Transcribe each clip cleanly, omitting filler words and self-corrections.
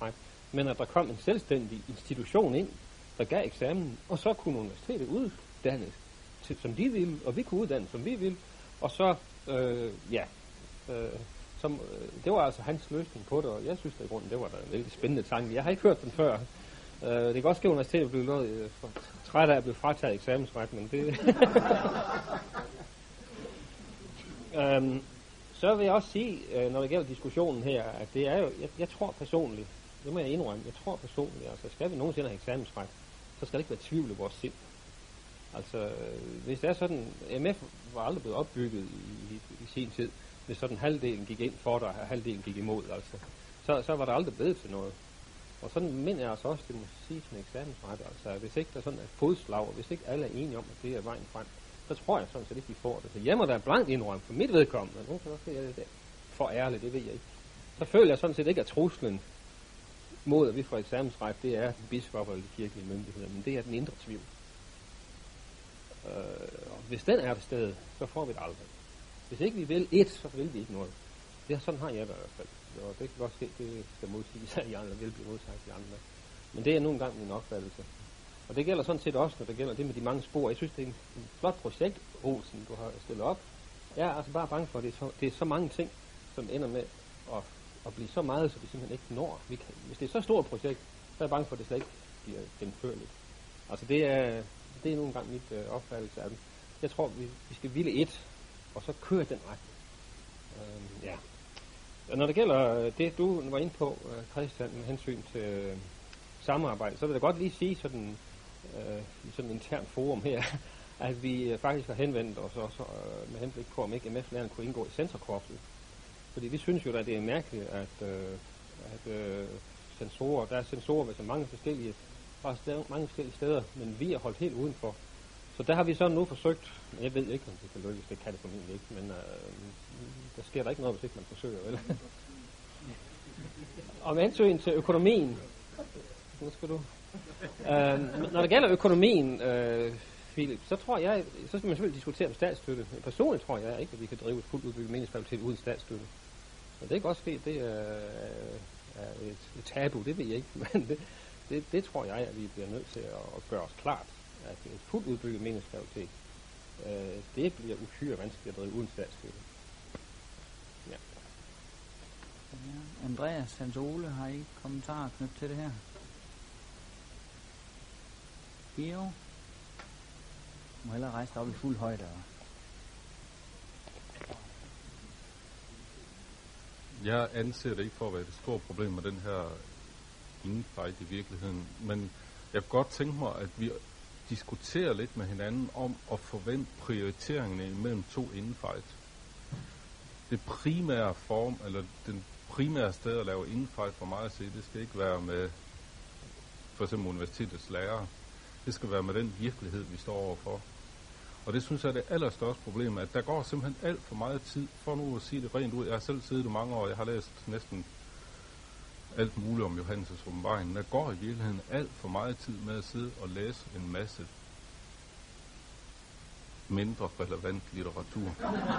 eksamensret, men at der kom en selvstændig institution ind, der gav eksamen, og så kunne universitetet uddanne som de ville, og vi kunne uddanne som vi ville, og så, det var altså hans løsning på det, og jeg synes, at i grunden, det var da en vældig spændende tanke. Jeg har ikke hørt den før. Det kan også ske, at universitetet blev noget træt af at blive frataget eksamensret, men det... Så vil jeg også sige, når det gælder diskussionen her, at det er jo, jeg tror personligt, det må jeg indrømme, jeg tror personligt, altså skal vi nogensinde have eksamensret, så skal det ikke være tvivl i vores sind. Altså, hvis det er sådan, MF var aldrig blevet opbygget i sin tid, hvis sådan halvdelen gik ind for det, og halvdelen gik imod, altså, så var der aldrig blevet til noget. Og sådan mener jeg altså også, det må siges med eksamensret, altså, hvis ikke der sådan er fodslag, og hvis ikke alle er enige om, at det er vejen frem, så tror jeg sådan set ikke, de får det. Så jeg må da blankt indrømme for mit vedkommende, og så er jeg det for ærligt, det ved jeg ikke. Så føler jeg sådan set ikke, at truslen mod, at vi får eksamensret, det er den biskopper eller de kirkelige myndigheder, men det er den indre tvivl. Og hvis den er til stede, så får vi det aldrig. Hvis ikke vi vil et, så vil vi ikke noget. Sådan har jeg det i hvert fald. Og det kan godt ske, det skal modsiges af de andre, vil blive modsagt af de andre. Men det er nogle gange min opfattelse. Og det gælder sådan set også, når det gælder det med de mange spor. Jeg synes, det er en flot projekt, Olsen, du har stillet op. Jeg er altså bare bange for, at det er så mange ting, som ender med at blive så meget, så vi simpelthen ikke når. Hvis det er så stort et projekt, så er jeg bange for, at det slet ikke bliver gennemførligt. Altså det er nogle gange mit opfattelse af det. Jeg tror, vi skal ville et, og så køre den retning. Når det gælder det, du var inde på, Christian, med hensyn til samarbejde, så vil jeg godt lige sige sådan i sådan en intern forum her, at vi faktisk har henvendt os også med henblik på, om ikke MF-lærerne kunne indgå i sensorkorpset. Fordi vi synes jo, at det er mærkeligt, at sensorer, der er sensorer ved så mange forskellige steder, men vi er holdt helt udenfor. Så der har vi så nu forsøgt, jeg ved ikke, om det kan lykkes, det kan det formentlig ikke, men der sker der ikke noget, hvis ikke man forsøger, vel? Og med hensyn til økonomien, nu skal du... når det gælder økonomien, Philip, så tror jeg, så skal man selvfølgelig diskutere om statsstøtte. Personligt tror jeg ikke, at vi kan drive et fuldt udbygget meningsfakultet uden statsstøtte. Og det kan også ske, det er et tabu, det ved jeg ikke, men det tror jeg, at vi bliver nødt til at gøre os klart, at et fuldt udbygget meningsfakultet, det bliver uhyre vanskeligt at drive uden statsstøtte. Ja. Andreas, Hans Ole, har I kommentarer knyttet til det her? Geo? Må hellere rejse op i fuld højde. Jeg anser det ikke for at være et stort problem med den her infight i virkeligheden, men jeg kunne godt tænke mig, at vi diskuterer lidt med hinanden om at forvente prioriteringerne imellem to infight. Det primære form, eller den primære sted at lave infight for mig at se, det skal ikke være med for eksempel universitetets lærere. Det skal være med den virkelighed, vi står overfor. Og det synes jeg er det allerstørste problem, at der går simpelthen alt for meget tid, for nu at sige det rent ud. Jeg har selv siddet i mange år, jeg har læst næsten alt muligt om Johannes' åbenbaring. Der går i virkeligheden alt for meget tid med at sidde og læse en masse mindre relevant litteratur.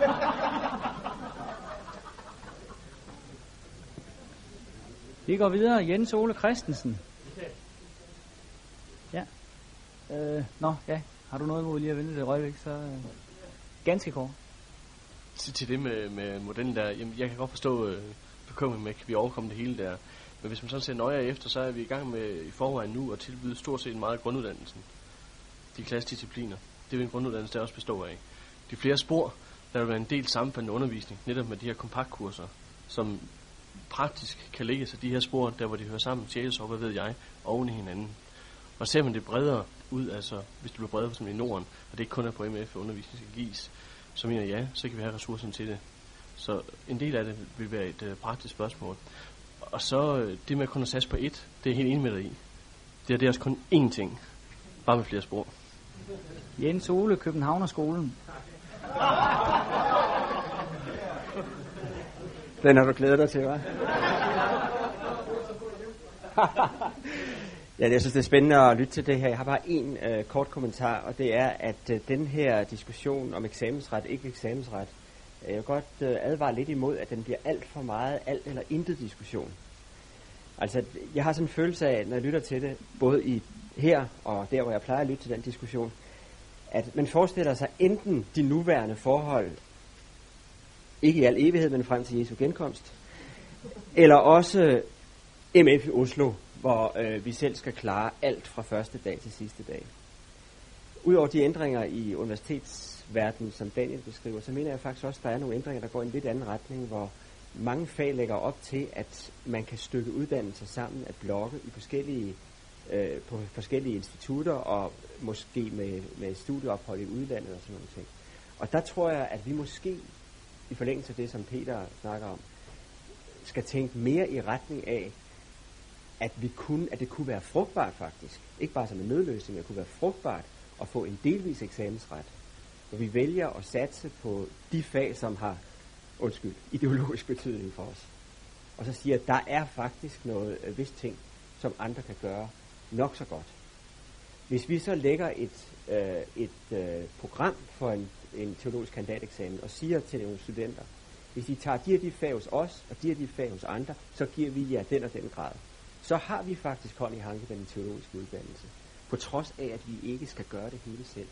Vi går videre. Jens Ole Christensen. Ja. Har du noget imod lige at vente det øjeblik, så ganske kort. Til det med modellen der, jamen, jeg kan godt forstå bekymringen med, kan vi overkomme det hele der. Men hvis man sådan ser nøje efter, så er vi i gang med i forvejen nu at tilbyde stort set meget af grunduddannelsen. De klassediscipliner. Det vil en grunduddannelse der også bestå af. De flere spor, der vil være en del sammenfaldende undervisning, netop med de her kompaktkurser, som praktisk kan lægge sig de her spor, der hvor de hører sammen, sjælesår, hvad ved jeg, oven i hinanden. Og ser man det bredere ud, altså hvis det bliver bredere som i Norden, og det ikke kun er på MF, undervisning skal gives, så mener jeg, så kan vi have ressourcerne til det. Så en del af det vil være et praktisk spørgsmål. Og så det med kun at satse på et, det er helt enig med dig i. Det er også kun én ting, bare med flere spor. Jens Ole, Københavnerskolen. Den har du glædet dig til, hva'? Ja, jeg synes, det er spændende at lytte til det her. Jeg har bare en kort kommentar, og det er, at den her diskussion om eksamensret, ikke eksamensret, jeg vil godt advare lidt imod, at den bliver alt for meget alt eller intet diskussion. Altså, jeg har sådan en følelse af, når jeg lytter til det, både i her og der, hvor jeg plejer at lytte til den diskussion, at man forestiller sig enten de nuværende forhold, ikke i al evighed, men frem til Jesu genkomst, eller også MF i Oslo, hvor vi selv skal klare alt fra første dag til sidste dag. Udover de ændringer i universitetsverdenen, som Daniel beskriver, så mener jeg faktisk også, at der er nogle ændringer, der går i en lidt anden retning, hvor mange fag lægger op til, at man kan stykke uddannelser sammen af blokke i på forskellige institutter, og måske med studieophold i udlandet og sådan nogle ting. Og der tror jeg, at vi måske, i forlængelse af det, som Peter snakker om, skal tænke mere i retning af, at det kunne være frugtbart faktisk. Ikke bare som en nødløsning, men det kunne være frugtbart at få en delvis eksamensret, hvor vi vælger at satse på de fag, som har ideologisk betydning for os. Og så siger, at der er faktisk noget vist ting, som andre kan gøre nok så godt. Hvis vi så lægger et program for en teologisk kandidateksamen og siger til nogle studenter, hvis I tager de og de fag hos os, og de og de fag hos andre, så giver vi jer den og den grad. Så har vi faktisk hånd i hanke med den teologiske uddannelse. På trods af, at vi ikke skal gøre det hele selv.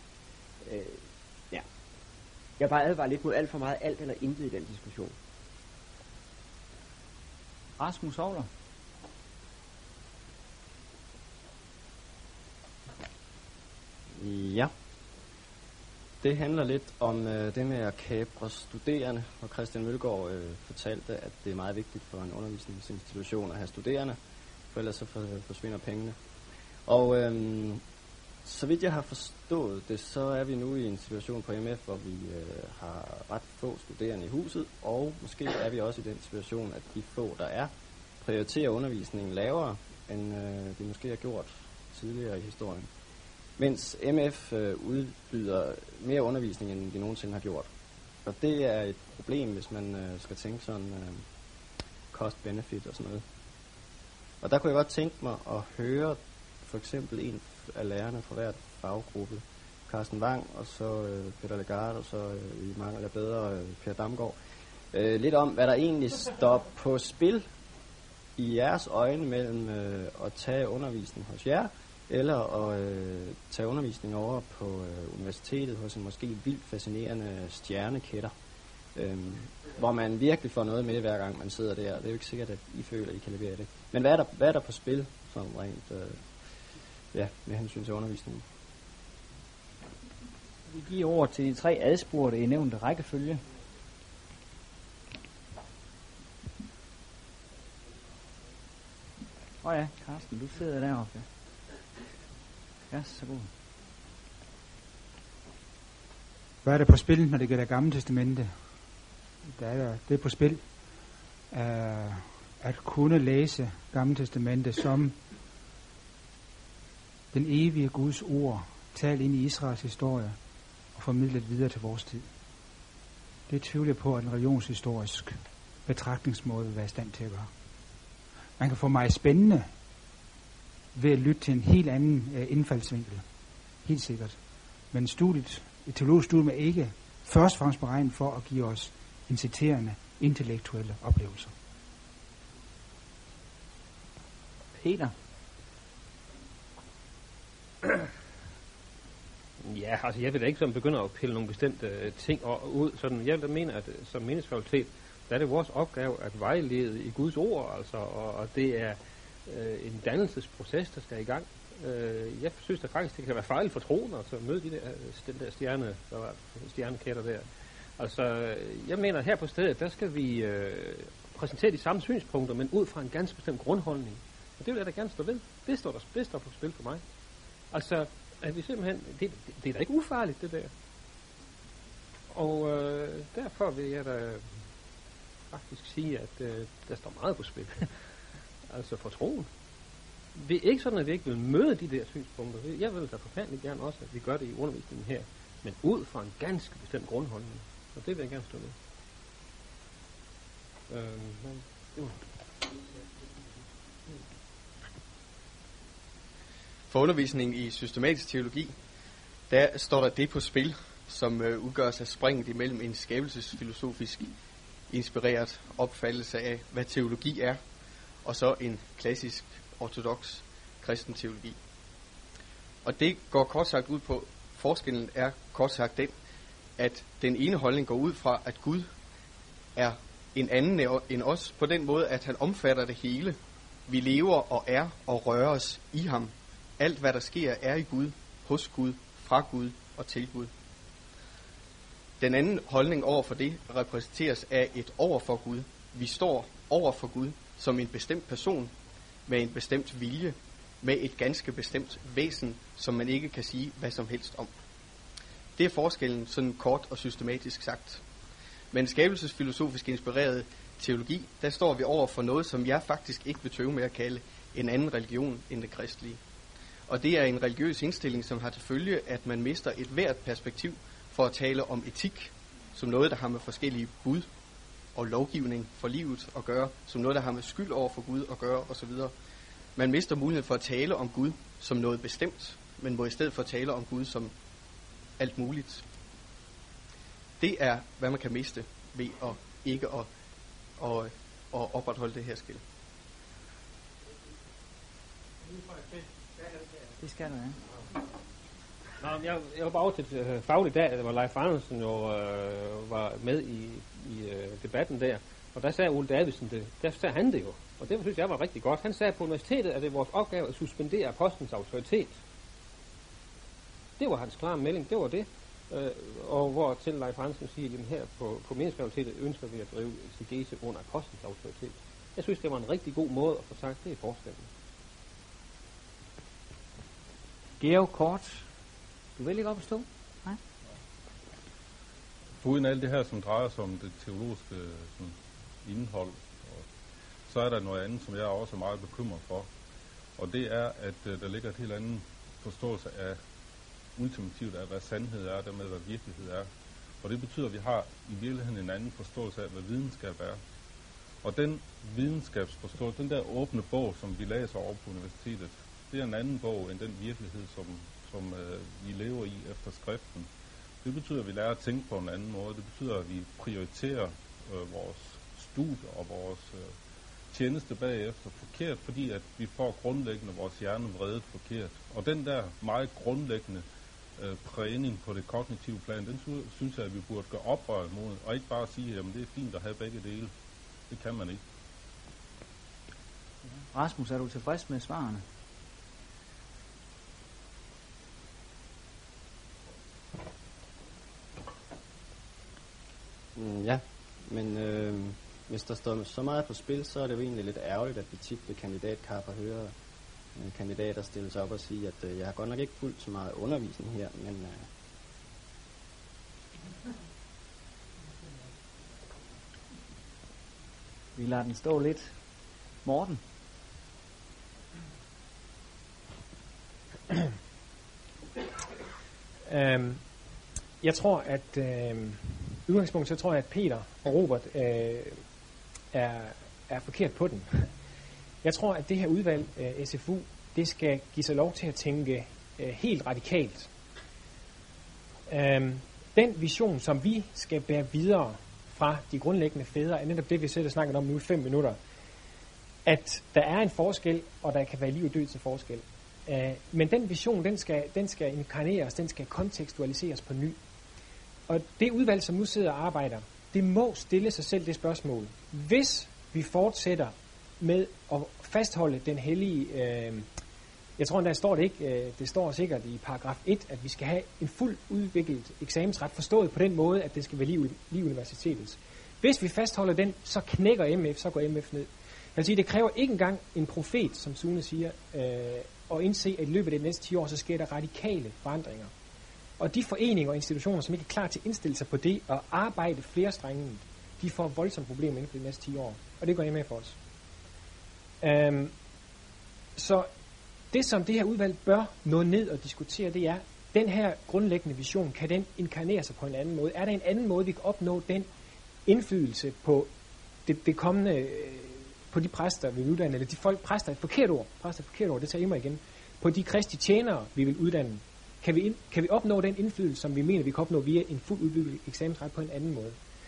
Jeg bare advarer lidt mod alt for meget alt eller intet i den diskussion. Rasmus Aula. Ja. Det handler lidt om det med at kapre studerende, og Christian Mølgaard fortalte, at det er meget vigtigt for en undervisningsinstitution at have studerende, for ellers så forsvinder pengene. Og så vidt jeg har forstået det, så er vi nu i en situation på MF, hvor vi har ret få studerende i huset, og måske er vi også i den situation, at de få, der er, prioriterer undervisningen lavere, end de måske har gjort tidligere i historien. Mens MF udbyder mere undervisning, end de nogensinde har gjort. Og det er et problem, hvis man skal tænke sådan cost-benefit og sådan noget. Og der kunne jeg godt tænke mig at høre for eksempel en af lærerne fra hvert faggruppe, Carsten Wang, og så Peter Legard, og så i mangel af bedre Per Damgaard, lidt om, hvad der egentlig står på spil i jeres øjne mellem at tage undervisning hos jer, eller at tage undervisning over på universitetet hos en måske vildt fascinerende stjernekætter, hvor man virkelig får noget med hver gang man sidder der. Det er jo ikke sikkert, at I føler, at I kan levere det. Men hvad er der på spil, som rent med hensyn til undervisningen? Vi giver ord til de 3 adspurgte i nævnte rækkefølge. Ja, Carsten, du sidder deroppe. Ja, så god. Hvad er der på spil, når det gælder Gamle Testamente? Det er på spil at kunne læse Gamle Testamente som den evige Guds ord, talt ind i Israels historie og formidlet videre til vores tid. Det tvivler jeg på, at en religionshistorisk betragtningsmåde vil være i stand til at gøre. Man kan få meget spændende ved at lytte til en helt anden indfaldsvinkel. Helt sikkert. Men et teologisk studium er ikke først og fremmest beregnet for at give os inciterende intellektuelle oplevelser. Peter? Ja, altså jeg vil da ikke sådan begynde at pille nogle bestemte ting ud. Sådan, jeg vil da mene, at som menighedsfakultet, der er det vores opgave at vejlede i Guds ord, altså, og det er en dannelsesproces, der skal i gang. Jeg synes da faktisk, det kan være fejl for troen, altså at møde den der stjernekætter der. Altså, jeg mener, at her på stedet, der skal vi præsentere de samme synspunkter, men ud fra en ganske bestemt grundholdning. Og det vil jeg da gerne stå ved. Det står på spil for mig. Altså, at vi simpelthen, det er da ikke ufarligt, det der. Og derfor vil jeg da faktisk sige, at der står meget på spil. Altså for troen. Det er ikke sådan, at vi ikke vil møde de der synspunkter. Jeg vil da forfærdeligt gerne også, at vi gør det i undervisningen her, men ud fra en ganske bestemt grundholdning. Og det vil jeg gerne stå med. For undervisningen i systematisk teologi, der står der det på spil, som udgøres af springet imellem en skabelsesfilosofisk inspireret opfattelse af, hvad teologi er, og så en klassisk ortodoks kristen teologi. Og det går kort sagt ud på, forskellen er kort sagt den, at den ene holdning går ud fra, at Gud er en anden end os, på den måde, at han omfatter det hele. Vi lever og er og rører os i ham. Alt hvad der sker er i Gud, hos Gud, fra Gud og til Gud. Den anden holdning over for det repræsenteres af et over for Gud. Vi står over for Gud som en bestemt person, med en bestemt vilje, med et ganske bestemt væsen, som man ikke kan sige hvad som helst om. Det er forskellen, sådan kort og systematisk sagt. Men skabelsesfilosofisk inspireret teologi, der står vi over for noget, som jeg faktisk ikke vil tøve med at kalde en anden religion end det kristelige. Og det er en religiøs indstilling, som har til følge, at man mister et hvert perspektiv for at tale om etik, som noget, der har med forskellige bud og lovgivning for livet at gøre, som noget, der har med skyld over for Gud at gøre osv. Man mister muligheden for at tale om Gud som noget bestemt, men må i stedet for tale om Gud som alt muligt. Det er, hvad man kan miste ved at ikke at opretholde det her skil. Det skal du, ja. Jeg var bare over til faglig dag, hvor Leif Andersen jo var med i debatten der, og der sagde Ole Davidsen det, der sagde han det jo, og det synes jeg var rigtig godt. Han sagde, at på universitetet er det vores opgave at suspendere apostens autoritet. Det var hans klare melding, det var det. Og hvor til Leif Andersen siger, at her på menighedsfakultetet ønsker vi at drive exegese under apostens autoritet. Jeg synes, det var en rigtig god måde at få sagt, det er forskellen. Georg Kort. Du vil ikke op og stå? Nej? Uden alt det her, som drejer sig om det teologiske sådan, indhold, så er der noget andet, som jeg også er meget bekymret for. Og det er, at der ligger et helt andet forståelse af ultimativt af, hvad sandhed er, dermed hvad virkelighed er. Og det betyder, at vi har i virkeligheden en anden forståelse af, hvad videnskab er. Og den videnskabsforståelse, den der åbne bog, som vi læser over på universitetet, det er en anden bog end den virkelighed, som vi lever i efter skriften. Det betyder, at vi lærer at tænke på en anden måde. Det betyder, at vi prioriterer vores studier og vores tjeneste bagefter forkert, fordi at vi får grundlæggende vores hjerne vredet forkert. Og den der meget grundlæggende prægning på det kognitive plan, den synes jeg, at vi burde gøre oprør imod, og ikke bare sige, at det er fint at have begge dele. Det kan man ikke. Rasmus, er du tilfreds med svarene? Ja, men hvis der står så meget på spil, så er det jo egentlig lidt ærgerligt, at vi tit ved kandidatkaffe hører kandidater stille sig op og sige, at jeg har godt nok ikke fulgt så meget undervisning her, men vi lader den stå lidt. Morten? Jeg tror, at udgangspunkt, så tror jeg, at Peter og Robert er forkert på den. Jeg tror, at det her udvalg, SFU, det skal give sig lov til at tænke helt radikalt. Den vision, som vi skal bære videre fra de grundlæggende fædre, er netop det, vi selv har snakket om nu i 5 minutter. At der er en forskel, og der kan være liv og død til forskel. Men den vision, den skal inkarneres, den skal kontekstualiseres på ny. Og det udvalg, som nu sidder og arbejder, det må stille sig selv det spørgsmål. Hvis vi fortsætter med at fastholde den hellige, jeg tror endda står det ikke, det står sikkert i paragraf 1, at vi skal have en fuldt udviklet eksamensret, forstået på den måde, at det skal være lige universitetets. Hvis vi fastholder den, så knækker MF, så går MF ned. Jeg vil sige, det kræver ikke engang en profet, som Sune siger, at indse, at i løbet af de næste 10 år, så sker der radikale forandringer. Og de foreninger og institutioner, som ikke er klar til at indstille sig på det og arbejde flerstrenget, de får voldsomme problemer inden for de næste 10 år. Og det går MF for os. Så det, som det her udvalg bør nå ned og diskutere, det er, den her grundlæggende vision, kan den inkarnere sig på en anden måde? Er der en anden måde, vi kan opnå den indflydelse på det kommende, på de præster, vi vil uddanne, eller de folk, præster er et forkert ord, det tager I mig igen, på de kristi tjenere, vi vil uddanne? Kan vi opnå den indflydelse, som vi mener, vi kan opnå via en fuldt udbygget eksamensret på en anden måde?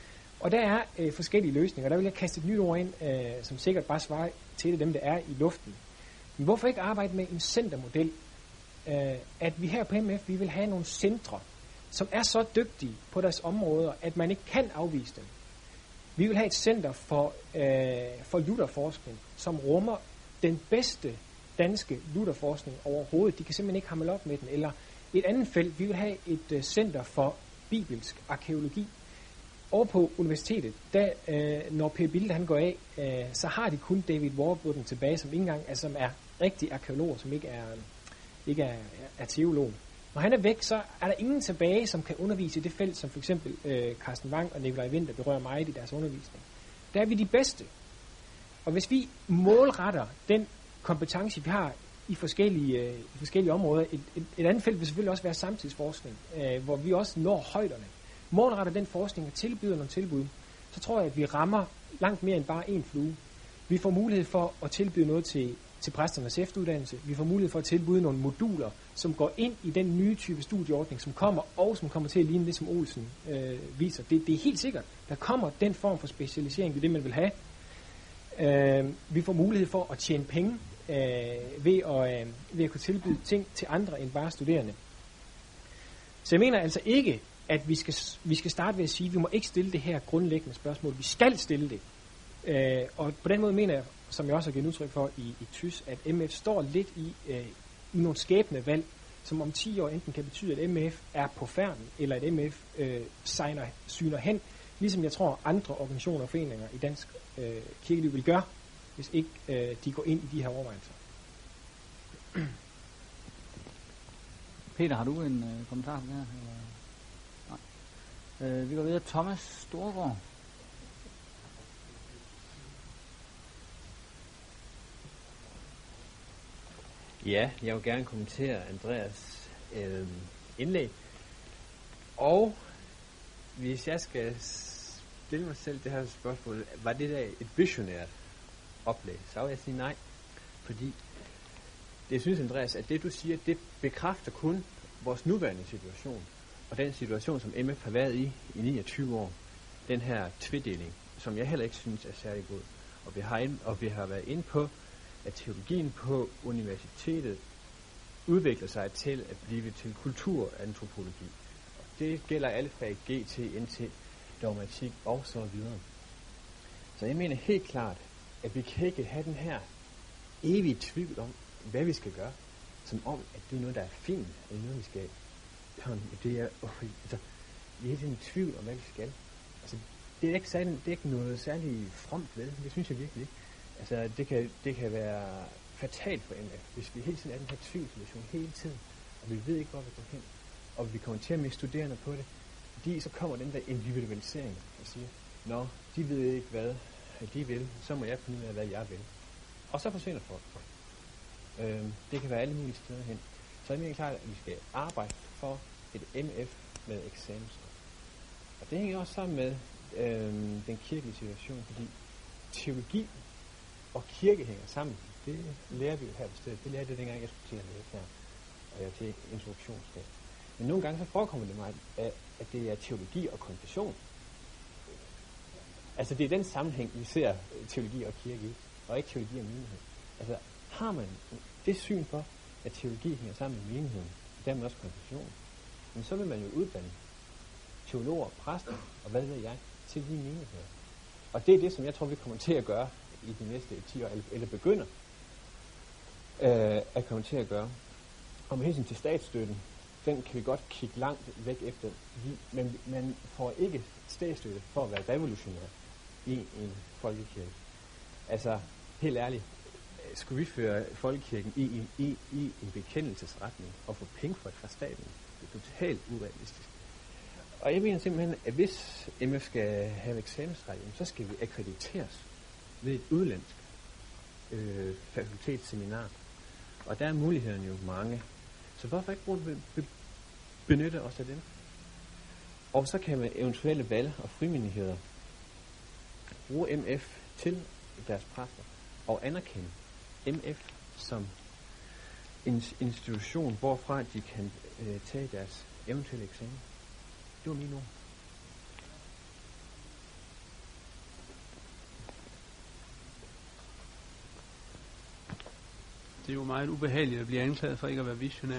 Og der er forskellige løsninger. Der vil jeg kaste et nyt ord ind, som sikkert bare svarer til dem, der er i luften. Men hvorfor ikke arbejde med en centermodel? At vi her på MF, vi vil have nogle centre, som er så dygtige på deres områder, at man ikke kan afvise dem. Vi vil have et center for Lutherforskning, som rummer den bedste danske Lutherforskning overhovedet. De kan simpelthen ikke hamle op med den. Eller et andet felt, vi vil have et center for bibelsk arkæologi. Over på universitetet, når Per Bilde han går af, så har de kun David Warburton tilbage, som ikke engang som er rigtig arkeolog, som ikke er teolog. Når han er væk, så er der ingen tilbage, som kan undervise i det felt, som for eksempel Carsten Wang og Nikolaj Winther berører meget i deres undervisning. Der er vi de bedste. Og hvis vi målretter den kompetence, vi har i forskellige områder, et andet felt vil selvfølgelig også være samtidsforskning, hvor vi også når højderne. Målretter den forskning og tilbyder nogle tilbud, så tror jeg, at vi rammer langt mere end bare én flue. Vi får mulighed for at tilbyde noget til præsternes efteruddannelse. Vi får mulighed for at tilbyde nogle moduler, som går ind i den nye type studieordning, som kommer, og som kommer til at ligne det, som Olsen viser. Det er helt sikkert. Der kommer den form for specialisering, det man vil have. Vi får mulighed for at tjene penge ved at kunne tilbyde ting til andre end bare studerende. Så jeg mener altså ikke, at vi skal starte ved at sige, at vi må ikke stille det her grundlæggende spørgsmål. Vi skal stille det. Og på den måde mener jeg, som jeg også har givet udtryk for i TYS, at MF står lidt i nogle skæbne valg, som om 10 år enten kan betyde, at MF er på færden, eller at MF syner hen, ligesom jeg tror andre organisationer og foreninger i dansk kirkeliv vil gøre, hvis ikke de går ind i de her overvejelser. Peter, har du en kommentar på det her? Nej. Vi går videre. Thomas Storgård. Ja, jeg vil gerne kommentere Andreas indlæg. Og hvis jeg skal stille mig selv det her spørgsmål, var det der et visionært oplæg, så vil jeg sige nej. Fordi det synes Andreas, at det du siger, det bekræfter kun vores nuværende situation. Og den situation, som MF har været i 29 år. Den her tvedeling, som jeg heller ikke synes er særlig god. Og vi har været inde på, at teologien på universitetet udvikler sig til at blive til kulturantropologi. Og det gælder alle fag GT, NT, dogmatik og så videre. Så jeg mener helt klart, at vi kan ikke have den her evige tvivl om, hvad vi skal gøre, som om, at det er noget, der er fint, eller noget, vi skal. Det er, vi er helt i tvivl om, hvad vi skal. Altså, det er ikke noget særligt fromt ved, det synes jeg virkelig ikke. Altså, det kan være fatalt for MF, hvis vi hele tiden er den her tvivlsituation hele tiden, og vi ved ikke, hvor vi går hen, og vi kommer til at miste studerende på det, fordi så kommer den der individualisering, og siger, nå, de ved ikke, hvad de vil, så må jeg finde ud af, hvad jeg vil. Og så forsvinder folk. Det kan være alle mulige steder hen. Så er det mere klart, at vi skal arbejde for et MF med eksamensret. Og det hænger også sammen med den kirkelige situation, fordi teologi og kirke hænger sammen. Det lærer vi jo her på stedet. Det lærte jeg dengang, jeg skulle til at læse her, og jeg til introduktionsdag. Men nogle gange så forekommer det mig, at det er teologi og konfession. Altså det er den sammenhæng, vi ser teologi og kirke i, og ikke teologi og menighed. Altså har man det syn for, at teologi hænger sammen med menigheden, og dermed også konfession, men så vil man jo uddanne teologer, præster og hvad ved jeg, til de menigheder. Og det er det, som jeg tror, vi kommer til at gøre i de næste 10 år, eller begynder at komme til at gøre. Og med hensyn til statsstøtten, den kan vi godt kigge langt væk efter, men man får ikke statsstøtte for at være revolutionær i en folkekirke. Altså, helt ærligt, skulle vi føre folkekirken i en bekendelsesretning og få penge for det fra staten? Det er totalt urealistisk. Og jeg mener simpelthen, at hvis MF skal have eksamensret, så skal vi akkrediteres ved et udlandsk fakultetsseminar. Og der er mulighederne jo mange. Så hvorfor ikke benytte os af dem? Og så kan man eventuelle valg og frimenigheder bruge MF til deres præster og anerkende MF som en institution, hvorfra de kan tage deres eventuelle eksamen. Det var mine ord. det er jo meget ubehageligt at blive anklaget for ikke at være visionær.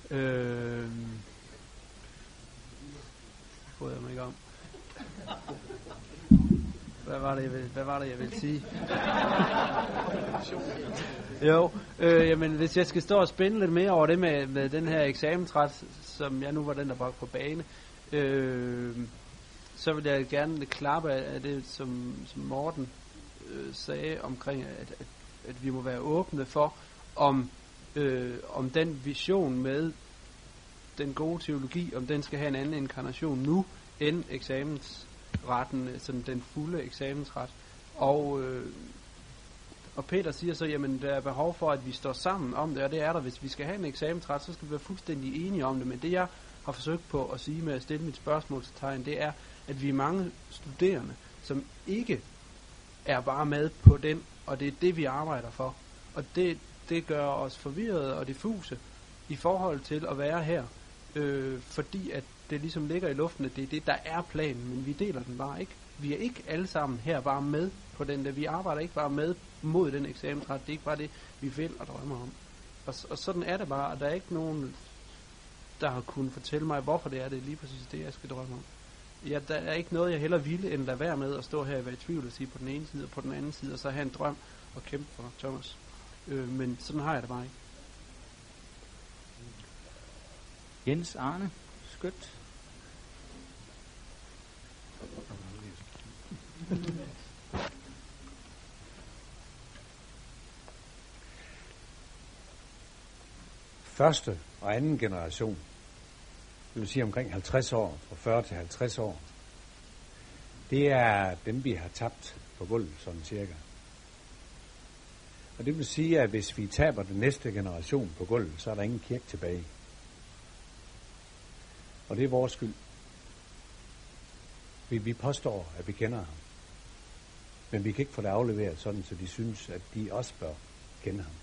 Bryder jeg mig ikke om. Hvad var det, jeg ville sige? Jo, jamen hvis jeg skal stå og spænde lidt mere over det med den her eksamensret, som jeg nu var den, der bragte på bane, så vil jeg gerne klappe af det, som Morten sagde omkring, at vi må være åbne for, om den vision med den gode teologi, om den skal have en anden inkarnation nu, end eksamensretten, sådan den fulde eksamensret. Og Peter siger så, jamen der er behov for, at vi står sammen om det, og det er der. Hvis vi skal have en eksamensret, så skal vi være fuldstændig enige om det. Men det jeg har forsøgt på at sige med at stille mit spørgsmålstegn, det er, at vi er mange studerende, som ikke er bare med på den, og det er det, vi arbejder for. Og det gør os forvirrede og diffuse i forhold til at være her, fordi at det ligesom ligger i luften, at det er det, der er planen, men vi deler den bare ikke. Vi er ikke alle sammen her bare med på den der. Vi arbejder ikke bare med mod den eksamensret. Det er ikke bare det, vi vil og drømmer om. Og sådan er det bare, og der er ikke nogen, der har kunnet fortælle mig, hvorfor det er lige præcis det, jeg skal drømme om. Ja, der er ikke noget, jeg hellere ville, end lade være med at stå her og være i tvivl og sige på den ene side og på den anden side, og så have en drøm og kæmpe for Thomas. Men sådan har jeg det bare ikke. Jens Arne Skødt. Første og anden generation, det vil sige omkring 50 år, fra 40 til 50 år, det er dem, vi har tabt på gulvet, sådan cirka. Og det vil sige, at hvis vi taber den næste generation på gulvet, så er der ingen kirke tilbage. Og det er vores skyld. Vi påstår, at vi kender ham. Men vi kan ikke få det afleveret sådan, så de synes, at de også bør kende ham.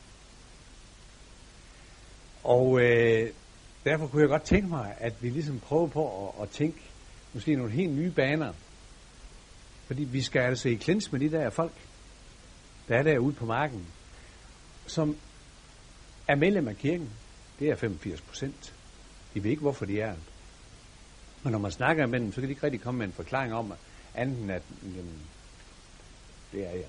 Og derfor kunne jeg godt tænke mig, at vi ligesom prøver på at tænke måske nogle helt nye baner. Fordi vi skal altså i klins med de der folk, der er derude på marken, som er medlem af kirken. Det er 85%. De ved ikke, hvorfor de er. Og når man snakker med dem, så kan de ikke rigtig komme med en forklaring om, anden at det er jeg.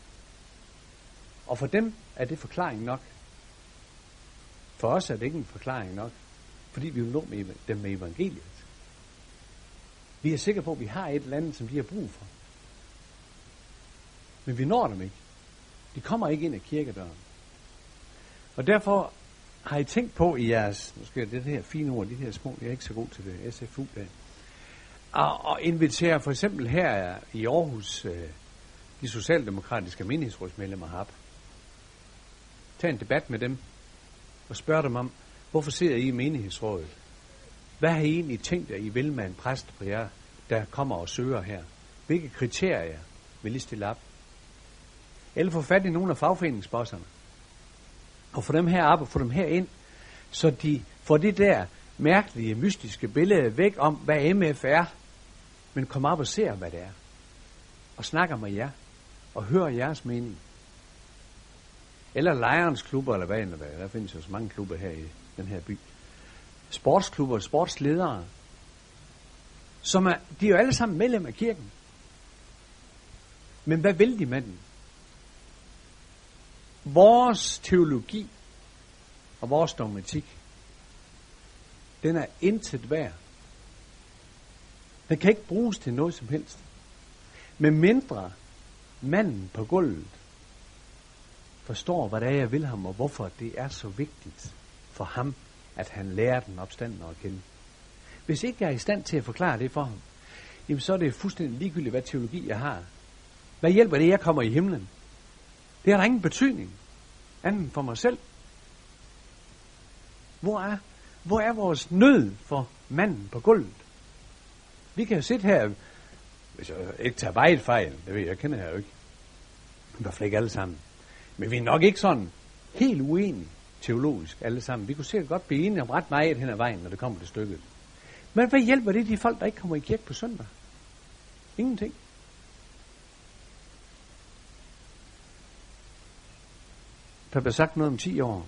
Og for dem er det forklaring nok. For os er det ikke en forklaring nok, fordi vi vil nå dem med evangeliet. Vi er sikre på, at vi har et eller andet, som de har brug for. Men vi når dem ikke. De kommer ikke ind af kirkedøren. Og derfor har I tænkt på i jeres, nu skal jeg det her fine ord, de her små, jeg er ikke så god til det, SFU der, og invitere for eksempel her i Aarhus de socialdemokratiske menighedsrådsmedlemmer herop. Tag en debat med dem og spørg dem om, hvorfor sidder I i menighedsrådet? Hvad har I egentlig tænkt, at I vil med en præst på jer, der kommer og søger her? Hvilke kriterier vil I stille op? Eller få fat i nogle af fagforeningsbosserne og få dem herop og få dem herind, så de får det der mærkelige, mystiske billede væk om, hvad MF er, men kom op og ser, hvad det er. Og snakker med jer, og hører jeres mening. Eller Lions klubber, eller hvad end det er. Der findes jo så mange klubber her i den her by. Sportsklubber, sportsledere, som de er jo alle sammen medlem af kirken. Men hvad vil de med den? Vores teologi og vores dogmatik, den er intet værd. Den kan ikke bruges til noget som helst. Med mindre manden på gulvet forstår, hvad det er, jeg vil ham, og hvorfor det er så vigtigt for ham, at han lærer den opstandende at kende. Hvis ikke jeg er i stand til at forklare det for ham, jamen så er det fuldstændig ligegyldigt, hvad teologi jeg har. Hvad hjælper det, jeg kommer i himlen? Det har der ingen betydning, anden for mig selv. Hvor er vores nød for manden på gulvet? Vi kan jo sidde her, hvis jeg ikke tager meget fejl, det ved jeg kender jeg jo ikke. I hvert fald ikke alle sammen. Men vi er nok ikke sådan helt uenige teologisk alle sammen. Vi kunne sikkert godt blive enige om ret meget hen ad vejen, når det kommer til stykket. Men hvad hjælper det de folk, der ikke kommer i kirke på søndag? Ingenting. Der bliver sagt noget om 10 år.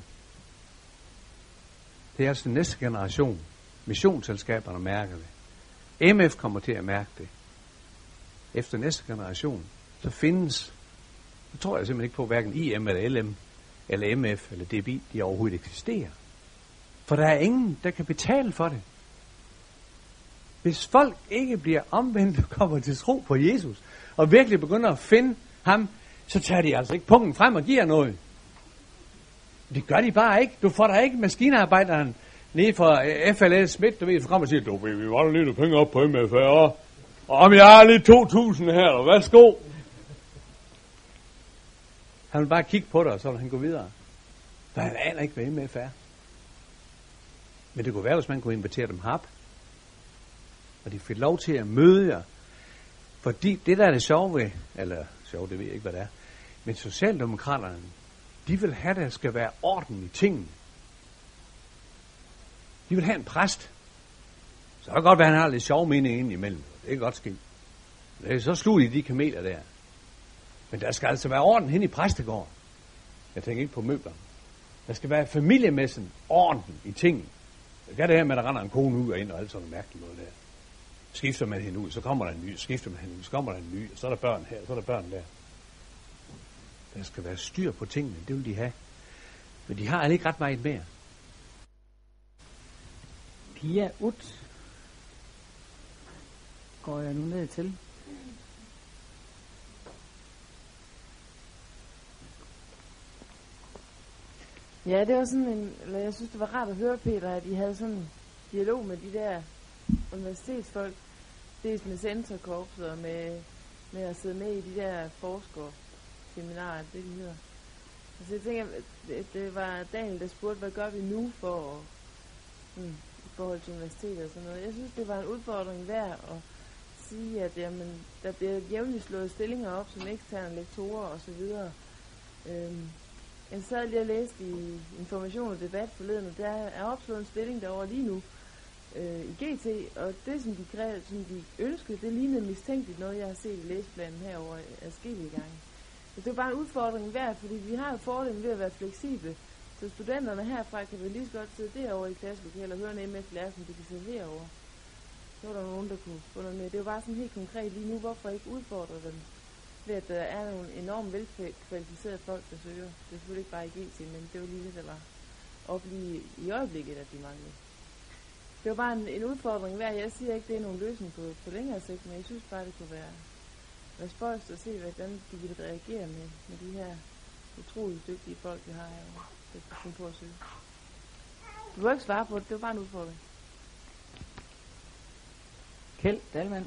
Det er altså næste generation. Missionsselskaberne mærker det. MF kommer til at mærke det. Efter næste generation, så tror jeg simpelthen ikke på, hverken IM eller LM, eller MF, eller DBI, de overhovedet eksisterer. For der er ingen, der kan betale for det. Hvis folk ikke bliver omvendt og kommer til tro på Jesus, og virkelig begynder at finde ham, så tager de altså ikke pungen frem og giver noget. Det gør de bare ikke. Du får da ikke maskinearbejderen nede fra FLS Schmidt, du ved, så kommer og siger, du vil vi var lidt penge op på MF, og om jeg har lige 2.000 her, og værsgo. Han vil bare kigge på dig, og så vil han gå videre. For han aner ikke, hvad MF er. Men det kunne være, hvis man kunne invitere dem herop, og de fik lov til at møde jer. Fordi det der er det sjove ved, eller sjove, det ved jeg ikke, hvad det er, men Socialdemokraterne, de vil have, at der skal være orden i tingene. De vil have en præst. Så kan det godt være, at han har lidt sjov mening ind imellem. Det kan godt ske. Det er så slut i de kameler der. Men der skal altså være orden hen i præstegården. Jeg tænker ikke på møbler. Der skal være familiemæssigt orden i tingene. Det kan det her med, at der render en kone ud og ind og alt sådan mærkeligt noget der. Skifter man hende ud, så kommer der en ny. Skifter man hende ud, så kommer der en ny. Og så er der børn her, så er der børn der. Der skal være styr på tingene, det vil de have. Men de har altså ikke ret meget mere. Pia Ut går jeg nu ned til. Ja, det var sådan jeg synes, det var rart at høre, Peter, at I havde sådan en dialog med de der universitetsfolk, dels med Centerkorpset og med at sidde med i de der forskerseminarer, det de hedder. Altså jeg tænker, det var Daniel, der spurgte, hvad gør vi nu for i forhold til universitetet og sådan noget. Jeg synes, det var en udfordring værd at sige, at jamen, der bliver jævnligt slået stillinger op som eksterne lektorer og så videre. Jeg sad lige og læste i Information og Debat forleden, og der er opslået en stilling derovre lige nu i GT, og det, som de ønskede, det lignede mistænkeligt noget, jeg har set i læseplanen herovre adskillige gange. Så det er bare en udfordring værd, fordi vi har jo fordelen ved at være fleksible. Så studenterne herfra kan vel lige så godt sidde derovre i klasselokalet og høre en MF-lærer, som de kan sidde herovre. Så var der nogen, der kunne få noget med. Det er jo bare sådan helt konkret lige nu, hvorfor ikke udfordre dem ved, at der er nogle enormt velkvalificerede folk, der søger. Det er selvfølgelig ikke bare i GT, men det var lige det, der var op lige i øjeblikket, at de manglede. Det var bare en udfordring værd. Jeg siger ikke, det er nogen løsning på længere sigt, men jeg synes bare, det kunne være spøjst at se, hvordan de ville reagere med de her utroligt dygtige folk, vi har herovre, der kan finde på at søge. Du må ikke svare på det, det var bare en udfordring. Kjeld Dahlmann.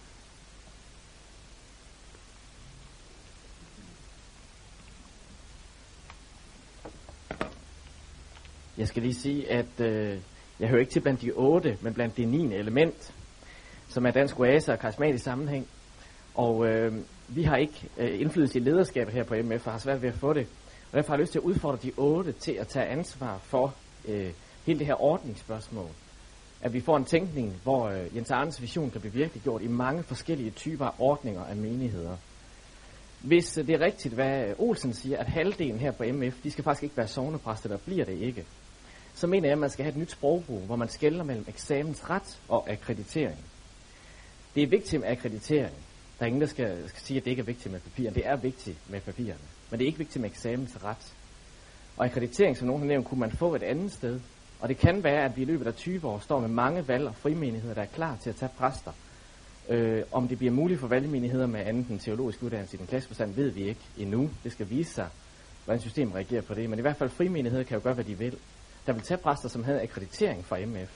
Jeg skal lige sige, at jeg hører ikke til blandt de 8, men blandt det 9. element, som er dansk oase og karismatisk sammenhæng. Og vi har ikke indflydelse i lederskabet her på MF, og har svært ved at få det. Og derfor har jeg lyst til at udfordre de 8 til at tage ansvar for hele det her ordningsspørgsmål. At vi får en tænkning, hvor Jens Arnes vision kan blive virkeliggjort i mange forskellige typer ordninger af menigheder. Hvis det er rigtigt, hvad Olsen siger, at halvdelen her på MF, de skal faktisk ikke være sognepræster, der bliver det ikke, så mener jeg, at man skal have et nyt sprogbrug, hvor man skelner mellem eksamensret og akkreditering. Det er vigtigt med akkreditering. Der er ingen, der skal sige, at det ikke er vigtigt med papirerne. Det er vigtigt med papirerne, men det er ikke vigtigt med eksamensret. Og akkreditering, som nogen har nævnt, kunne man få et andet sted. Og det kan være, at vi i løbet af 20 år står med mange valg og frimenigheder, der er klar til at tage præster. Om det bliver muligt for valgmenigheder med andet end teologisk uddannelse i den klasseforstand, ved vi ikke endnu. Det skal vise sig, hvordan systemet reagerer på det. Men i hvert fald frimenigheder kan jo gøre, hvad de vil. Der vil tage præster, som havde akkreditering fra MF.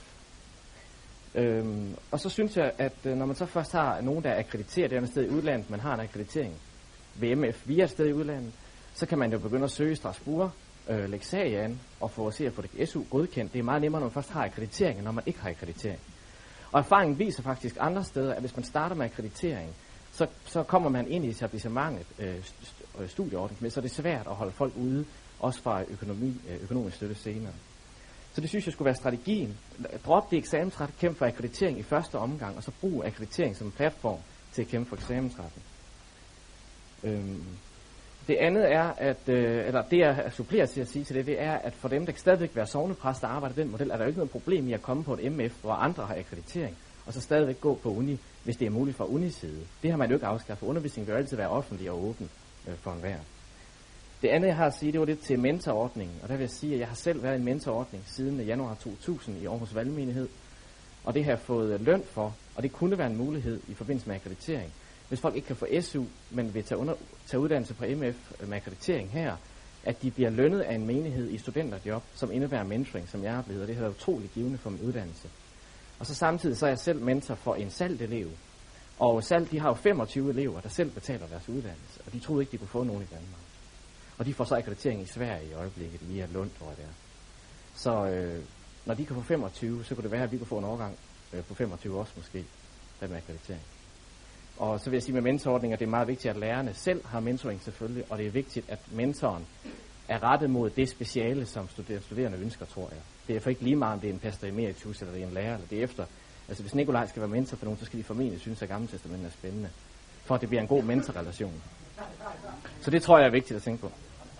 Og så synes jeg, at når man så først har nogen, der er akkrediteret et andet sted i udlandet, man har en akkreditering ved MF via et sted i udlandet, så kan man jo begynde at søge Strasbourg, lægge sag an og få at se at få det SU godkendt. Det er meget nemmere, når man først har akkreditering, end når man ikke har akkreditering. Og erfaringen viser faktisk andre steder, at hvis man starter med akkreditering, så kommer man ind i etablissementet studieordning med, så det er svært at holde folk ude, også fra økonomisk støtte senere. Så det synes jeg skulle være strategien. Drop det eksamensret, kæmpe for akkreditering i første omgang, og så brug akkreditering som en platform til at kæmpe for eksamensretten. Det andet er, eller det jeg supplerer til at sige til det er, at for dem, der stadigvæk vil være sognepræster og arbejde den model, er der jo ikke noget problem i at komme på et MF, hvor andre har akkreditering, og så stadigvæk gå på uni, hvis det er muligt fra uniside. Det har man jo ikke afskaffet. Undervisningen vil jo altid være offentlig og åben for enhver. Det andet, jeg har at sige, det var lidt til mentorordningen, og der vil jeg sige, at jeg har selv været i en mentorordning siden januar 2000 i Aarhus Valgmenighed, og det har jeg fået løn for, og det kunne være en mulighed i forbindelse med akkreditering. Hvis folk ikke kan få SU, men vil tage uddannelse på MF med akkreditering her, at de bliver lønnet af en menighed i studenterjob, som indebærer mentoring, som jeg er blevet, og det har været utroligt givende for min uddannelse. Og så samtidig så er jeg selv mentor for en SALT-elev, og SALT, de har jo 25 elever, der selv betaler deres uddannelse, og de troede ikke, de kunne få nogen i Danmark. Og de får så akkreditering i Sverige i øjeblikket, via Lund, tror jeg det er. Så når de kan få 25, så kunne det være, at vi kunne få en årgang på 25 også måske, der med akkreditering. Og så vil jeg sige med mentorordninger, det er meget vigtigt, at lærerne selv har mentoring selvfølgelig, og det er vigtigt, at mentoren er rettet mod det speciale, som studerende ønsker, tror jeg. Det er for ikke lige meget, om det er en pastor emeritus, eller det er en lærer, eller det er efter. Altså hvis Nikolaj skal være mentor for nogen, så skal de formentlig synes, at Gamle Testamentet er spændende, for at det bliver en god mentorrelation. Så det tror jeg er vigtigt at tænke på.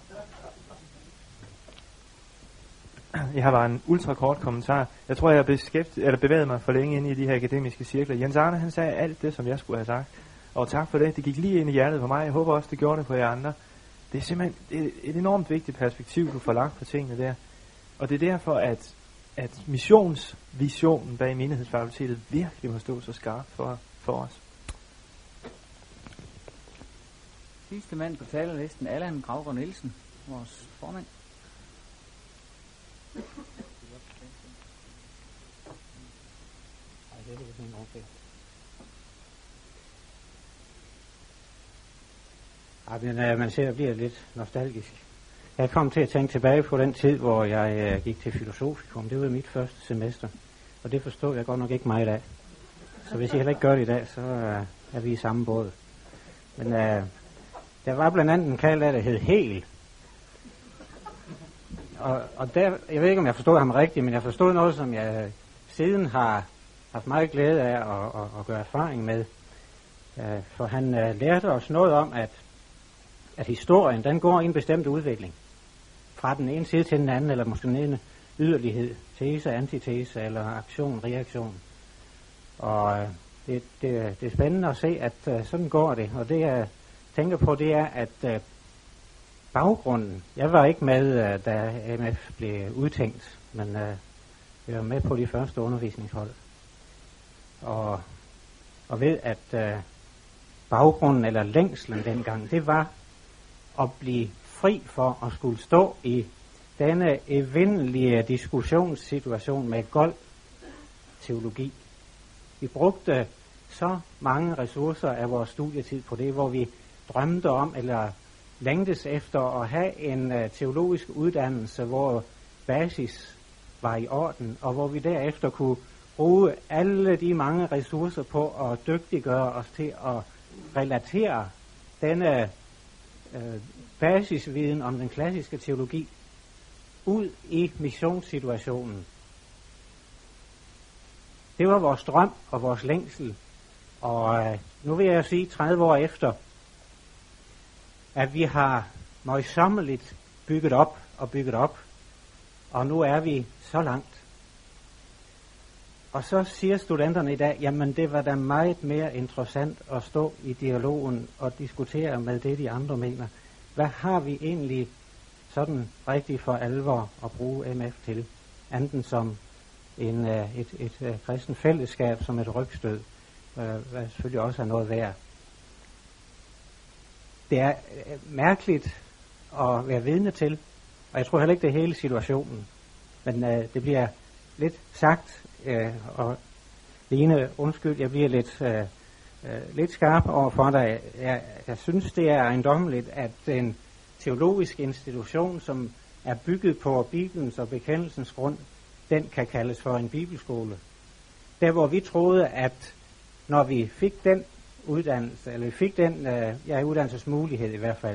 Jeg har bare en ultrakort kommentar. Jeg tror, jeg har bevæget mig for længe ind i de her akademiske cirkler. Jens Arne, han sagde alt det, som jeg skulle have sagt. Og tak for det. Det gik lige ind i hjertet på mig. Jeg håber også, det gjorde det på jer andre. Det er simpelthen et enormt vigtigt perspektiv, du får lagt på tingene der. Og det er derfor, at missionsvisionen bag menighedsfakultetet virkelig må stå så skarpt for os. Sidste mand på talerlisten, Allan Gravgaard Nielsen, vores formand. Man ser, at bliver lidt nostalgisk. Jeg kom til at tænke tilbage på den tid, hvor jeg gik til filosofikum. Det var mit første semester, og det forstod jeg godt nok ikke meget af. Så hvis jeg heller ikke gør det i dag, så er vi i samme båd. Men der var blandt andet en kald der hed Hegel. Og der, jeg ved ikke, om jeg forstod ham rigtigt, men jeg forstod noget, som jeg siden har haft meget glæde af at gøre erfaring med. For han lærte os noget om, at historien, den går i en bestemt udvikling. Fra den ene side til den anden, eller måske den ene yderlighed. Tese, antitese, eller aktion, reaktion. Og det er spændende at se, at sådan går det. Og det jeg tænker på, det er, at baggrunden, jeg var ikke med, da MF blev udtænkt, men jeg var med på de første undervisningshold. Og ved, at baggrunden eller længslen dengang, det var at blive fri for at skulle stå i denne evindelige diskussionssituation med gold teologi. Vi brugte så mange ressourcer af vores studietid på det, hvor vi drømte om eller længtes efter at have en teologisk uddannelse, hvor basis var i orden, og hvor vi derefter kunne bruge alle de mange ressourcer på at dygtiggøre os til at relatere denne basisviden om den klassiske teologi ud i missionssituationen. Det var vores drøm og vores længsel, og nu vil jeg sige 30 år efter, at vi har møjsommeligt bygget op, og nu er vi så langt. Og så siger studenterne i dag, jamen det var da meget mere interessant at stå i dialogen og diskutere med det, de andre mener. Hvad har vi egentlig sådan rigtig for alvor at bruge MF til? Anden som et kristen fællesskab, som et rygstød, hvad selvfølgelig også er noget værd. Det er mærkeligt at være vidne til, og jeg tror heller ikke, det er hele situationen. Men det bliver lidt sagt, og Line, undskyld, jeg bliver lidt skarp overfor dig. Jeg synes, det er ejendommeligt, at en teologisk institution, som er bygget på Bibelens og bekendelsens grund, den kan kaldes for en bibelskole. Der hvor vi troede, at når vi fik den uddannelse, eller vi fik den uddannelsesmulighed i hvert fald,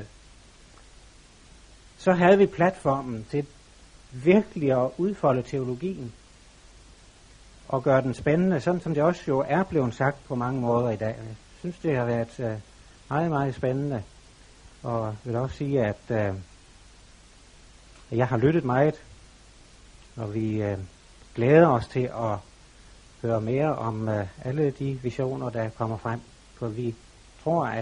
så havde vi platformen til virkelig at udfolde teologien og gøre den spændende, sådan som det også jo er blevet sagt på mange måder i dag. Jeg synes, det har været meget, meget spændende. Og vil også sige, at jeg har lyttet meget, og vi glæder os til at høre mere om alle de visioner, der kommer frem. For vi tror, at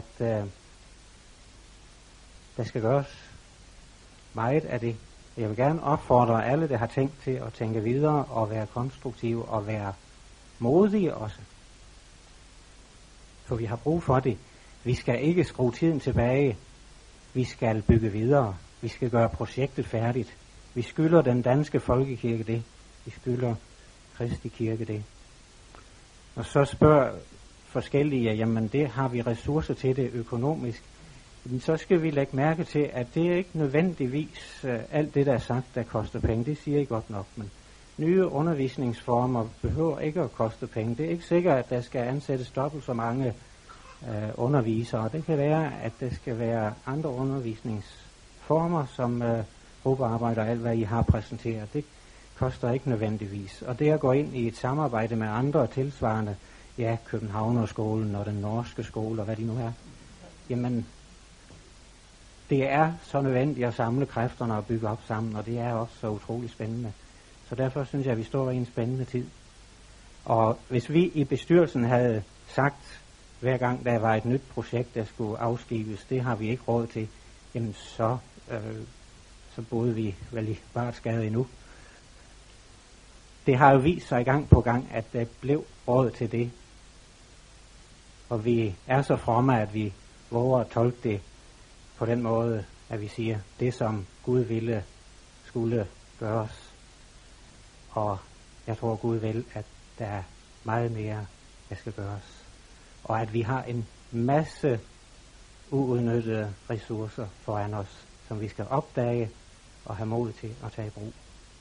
der skal gøres meget af det. Jeg vil gerne opfordre alle, der har tænkt til at tænke videre og være konstruktive og være modige også. For vi har brug for det. Vi skal ikke skrue tiden tilbage. Vi skal bygge videre. Vi skal gøre projektet færdigt. Vi skylder den danske folkekirke det. Vi skylder Kristi kirke det. Og så spørger forskellige, jamen det har vi ressourcer til det økonomisk. Men så skal vi lægge mærke til, at det er ikke nødvendigvis alt det, der er sagt, der koster penge. Det siger I godt nok, men nye undervisningsformer behøver ikke at koste penge. Det er ikke sikkert, at der skal ansættes dobbelt så mange undervisere. Det kan være, at der skal være andre undervisningsformer, som gruppearbejde og alt, hvad I har præsenteret. Det koster ikke nødvendigvis. Og det at gå ind i et samarbejde med andre tilsvarende, ja, Københavnerskolen og den norske skole og hvad de nu er, jamen, det er så nødvendigt at samle kræfterne og bygge op sammen, og det er også så utrolig spændende. Så derfor synes jeg, at vi står i en spændende tid. Og hvis vi i bestyrelsen havde sagt, hver gang der var et nyt projekt, der skulle afskibes, det har vi ikke råd til, jamen så boede vi vel i Bartsgade endnu. Det har jo vist sig gang på gang, at der blev råd til det. Og vi er så fromme, at vi våger at tolke det på den måde, at vi siger, det som Gud ville, skulle gøres. Og jeg tror, Gud vil, at der er meget mere, der skal gøres. Og at vi har en masse uudnyttede ressourcer foran os, som vi skal opdage og have mod til at tage i brug.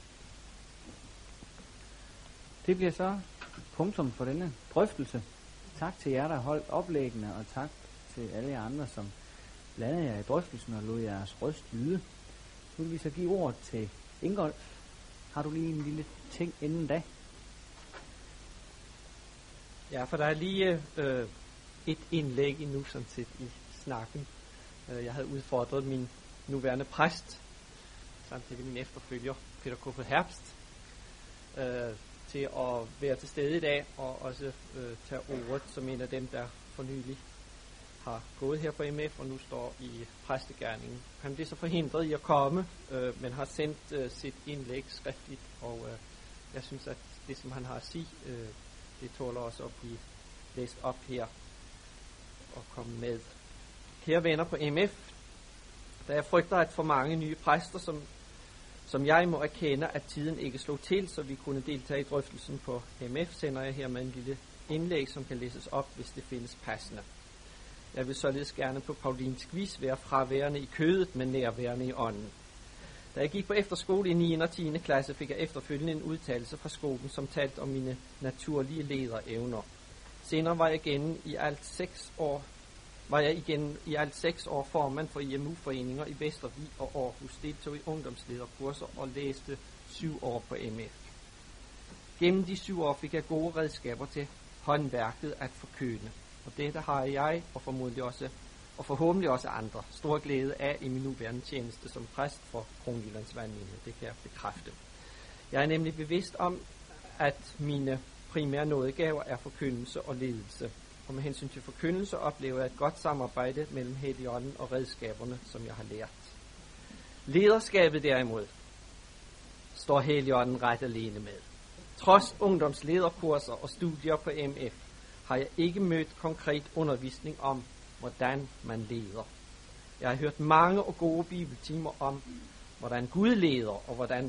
Det bliver så punktum for denne drøftelse. Tak til jer, der holdt oplæggene, og tak til alle jer andre, som bladede jer i drøftelsen og lod jeres røst lyde. Nu vil vi så give ordet til Ingolf. Har du lige en lille ting inden da? Ja, for der er lige et indlæg endnu sådan set i snakken. Jeg havde udfordret min nuværende præst, samtidig min efterfølger, Peter Kofod Herbst, til at være til stede i dag og også tage ordet som en af dem, der for nylig har gået her på MF og nu står i præstegerningen. Han blev så forhindret i at komme, men har sendt sit indlæg skriftligt, og jeg synes, at det, som han har at sige, det tåler også at blive læst op her og komme med. Kære venner på MF, da jeg frygter, at for mange nye præster, som jeg må erkende, at tiden ikke slog til, så vi kunne deltage i drøftelsen på MF, sender jeg her med en lille indlæg, som kan læses op, hvis det findes passende. Jeg vil således gerne på paulinsk vis være fraværende i kødet, men nærværende i ånden. Da jeg gik på efterskole i 9. og 10. klasse, fik jeg efterfølgende en udtalelse fra skolen, som talte om mine naturlige lederevner. Senere var jeg igen i alt 6 år formand for IMU-foreninger i Vestervig og Aarhus, deltog i ungdomslederkurser og læste 7 år på MF. Gennem de 7 år fik jeg gode redskaber til håndværket at forkynde, og dette har jeg og forhåbentlig også andre stor glæde af i min nuværende tjeneste som præst for Kronjyllands Vandmenighed. Det kan jeg bekræfte. Jeg er nemlig bevidst om, at mine primære nådegaver er forkyndelse og ledelse. Og med hensyn til forkyndelse oplever jeg et godt samarbejde mellem Helligånden og redskaberne, som jeg har lært. Lederskabet derimod står Helligånden ret alene med. Trods ungdomslederkurser og studier på MF har jeg ikke mødt konkret undervisning om, hvordan man leder. Jeg har hørt mange og gode bibeltimer om, hvordan Gud leder, og hvordan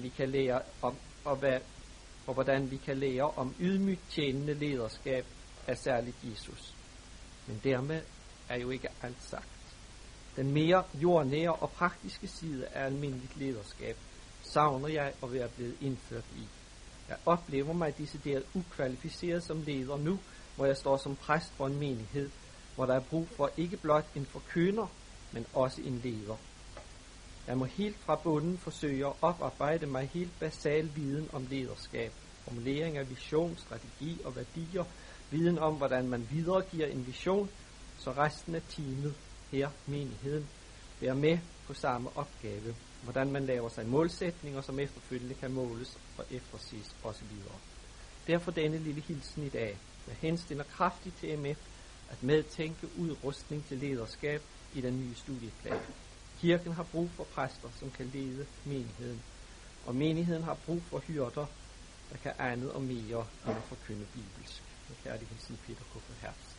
vi kan lære om ydmygt tjenende lederskab af særligt Jesus. Men dermed er jo ikke alt sagt. Den mere jordnære og praktiske side af almindeligt lederskab savner jeg at være blevet indført i. Jeg oplever mig decideret ukvalificeret som leder nu, hvor jeg står som præst for en menighed, hvor der er brug for ikke blot en forkynder, men også en leder. Jeg må helt fra bunden forsøge at oparbejde mig helt basal viden om lederskab, formulering af vision, strategi og værdier, viden om, hvordan man videregiver en vision, så resten af teamet her, menigheden, være med på samme opgave, hvordan man laver sig målsætninger, som efterfølgende kan måles og efterses osv. Derfor denne lille hilsen i dag. Jeg henstiller kraftigt til MF at medtænke udrustning til lederskab i den nye studieplan. Kirken har brug for præster, som kan lede menigheden, og menigheden har brug for hyrder, der kan andet og mere end at forkynde bibelsk. Med kærlig hilsen, Peter Kofod Herbst.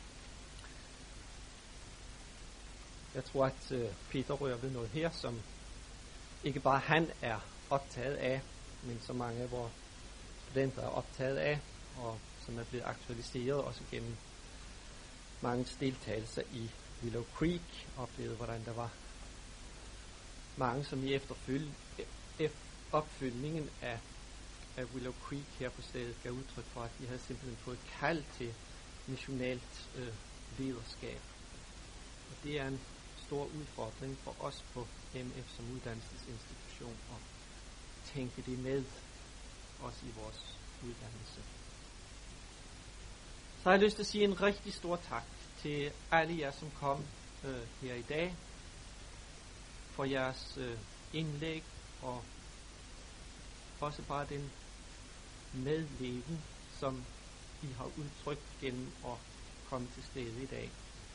Jeg tror, at Peter rører ved noget her, som ikke bare han er optaget af, men så mange af vores studenter er optaget af, og som er blevet aktualiseret også gennem mange deltagelser i Willow Creek, og oplevet, hvordan der var mange, som i opfølgningen af Willow Creek her på stedet gav udtryk for, at de havde simpelthen fået kald til missionalt lederskab. Og det er en stor udfordring for os på MF som uddannelsesinstitution at tænke det med også i vores uddannelse. Så har jeg lyst til at sige en rigtig stor tak til alle jer, som kom her i dag, for jeres indlæg, og også bare den medleven, som I har udtrykt gennem at komme til stede i dag.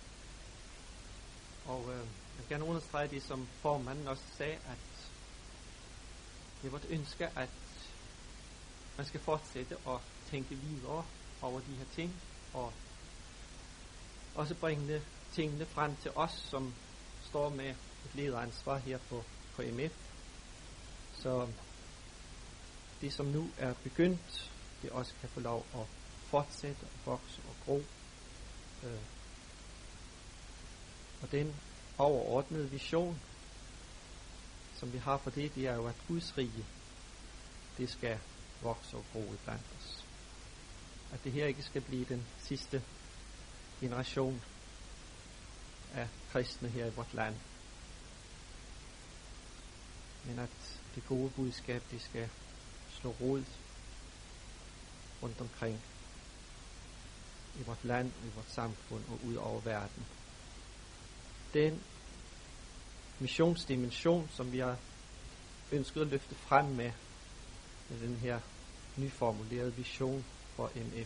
Og jeg vil gerne understrege det, som formanden også sagde, at det er vort ønske, at man skal fortsætte at tænke videre over de her ting, og også bringe tingene frem til os, som står med et lederansvar her på MF. Så det, som nu er begyndt, det også kan få lov at fortsætte og vokse og gro. Og den overordnede vision, som vi har for det, det er jo, at Guds rige, det skal vokse og gro iblandt os. At det her ikke skal blive den sidste generation af kristne her i vort land. Men at det gode budskab, det skal slå rod rundt omkring i vort land, i vort samfund og ud over verden. Den missionsdimension, som vi har ønsket at løfte frem med den her nyformulerede vision for MF,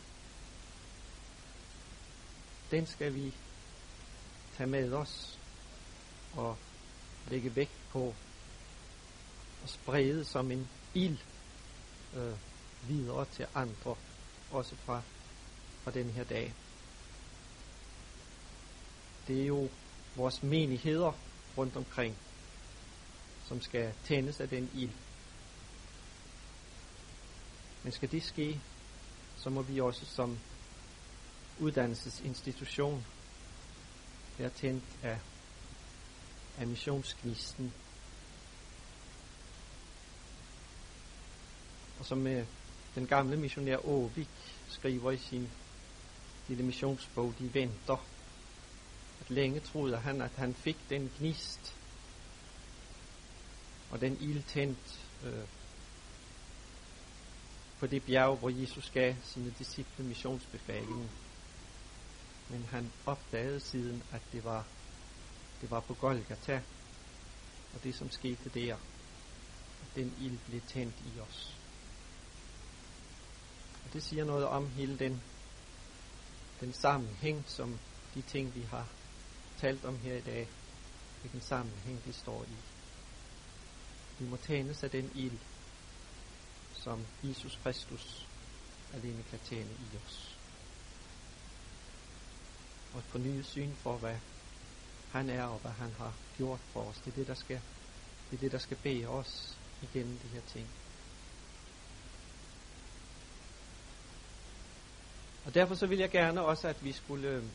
den skal vi tage med os og lægge vægt på og sprede som en ild videre til andre, også fra den her dag. Det er jo vores menigheder rundt omkring, som skal tændes af den ild. Men skal det ske, så må vi også som uddannelsesinstitution være tændt af missionsgnisten. Og som den gamle missionær Åvik skriver i sin lille missionsbog, De venter, at længe troede han, at han fik den gnist og den ild tændt på det bjerg, hvor Jesus gav sine disciple missionsbefalingen. Men han opdagede siden, at det var på Golgata, og det som skete der, at den ild blev tændt i os. Og det siger noget om hele den sammenhæng, som de ting, vi har talt om her i dag, hvilken sammenhæng de står i. Vi må tændes af den ild, som Jesus Kristus alene kan tænde i os. Og et fornyet syn for, hvad han er og hvad han har gjort for os. Det er det, der skal bære os igennem de her ting. Og derfor så vil jeg gerne også, at vi skulle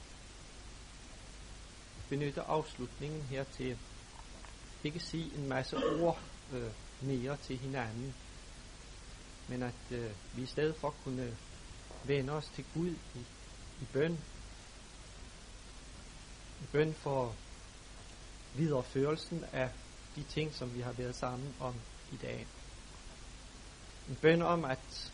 benytte afslutningen her til ikke sige en masse ord mere til hinanden, men at vi i stedet for kunne vende os til Gud i bøn. I bøn for videreførelsen af de ting, som vi har været sammen om i dag. En bøn om, at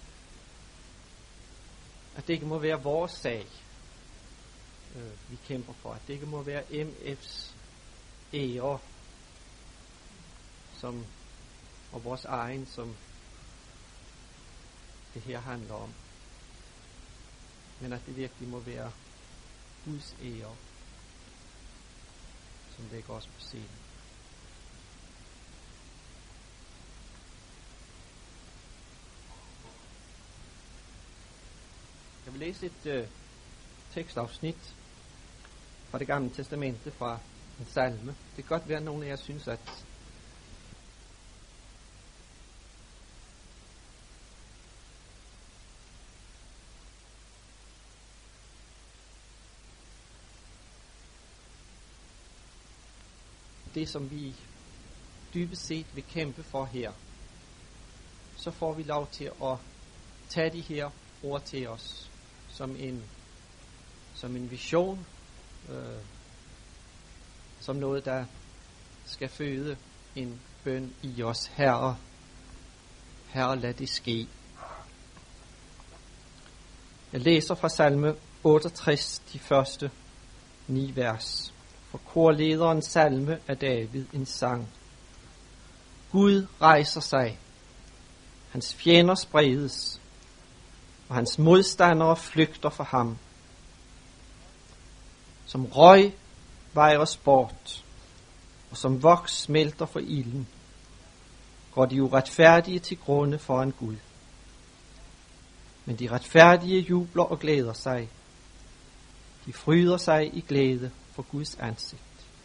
det ikke må være vores sag, vi kæmper for. At det ikke må være MF's ære som, og vores egen, som det her handler om. Men at det virkelig må være Guds ære, som lægger os på scenen. Jeg vil læse et tekstafsnit fra det gamle testamente, fra en salme. Det kan godt være, at nogle af jer synes, at det, som vi dybest set vil kæmpe for her, så får vi lov til at tage de her ord til os som en vision, som noget, der skal føde en bøn i os. Herre, lad det ske. Jeg læser fra salme 68, de første 9 vers. For korlederen salme af David en sang. Gud rejser sig, hans fjender spredes, og hans modstandere flygter for ham. Som røg vejres bort, og som voks smelter for ilden, går de uretfærdige til grunde foran Gud. Men de retfærdige jubler og glæder sig. De fryder sig i glæde for Guds ansigt.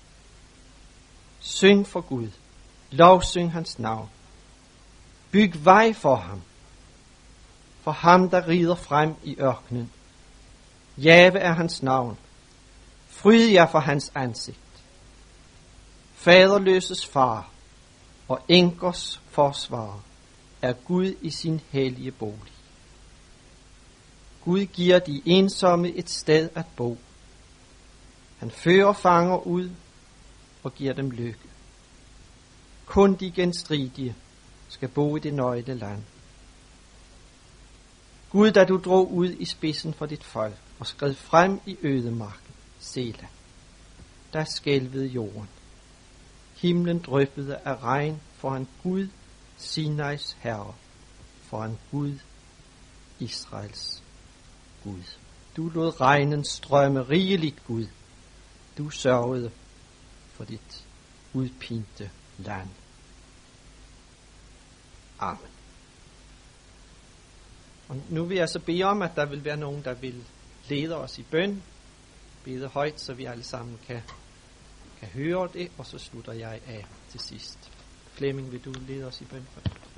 Syng for Gud, lovsyng hans navn. Byg vej for ham der rider frem i ørkenen. Jave er hans navn. Fryd jer for hans ansigt. Faderløses far og enkers forsvarer er Gud i sin hellige bolig. Gud giver de ensomme et sted at bo. Han fører fanger ud og giver dem lykke. Kun de genstridige skal bo i det nøgne land. Gud, da du drog ud i spidsen for dit folk og skred frem i ødemarken, Sela, der skælvede jorden. Himlen dryppede af regn foran Gud, Sinais herre, foran Gud, Israels Gud. Du lod regnen strømme rigeligt, Gud. Du sørgede for dit udpinte land. Amen. Og nu vil jeg så bede om, at der vil være nogen, der vil lede os i bøn. Bede højt, så vi alle sammen kan høre det, og så slutter jeg af til sidst. Flemming, vil du lede os i bøn for det?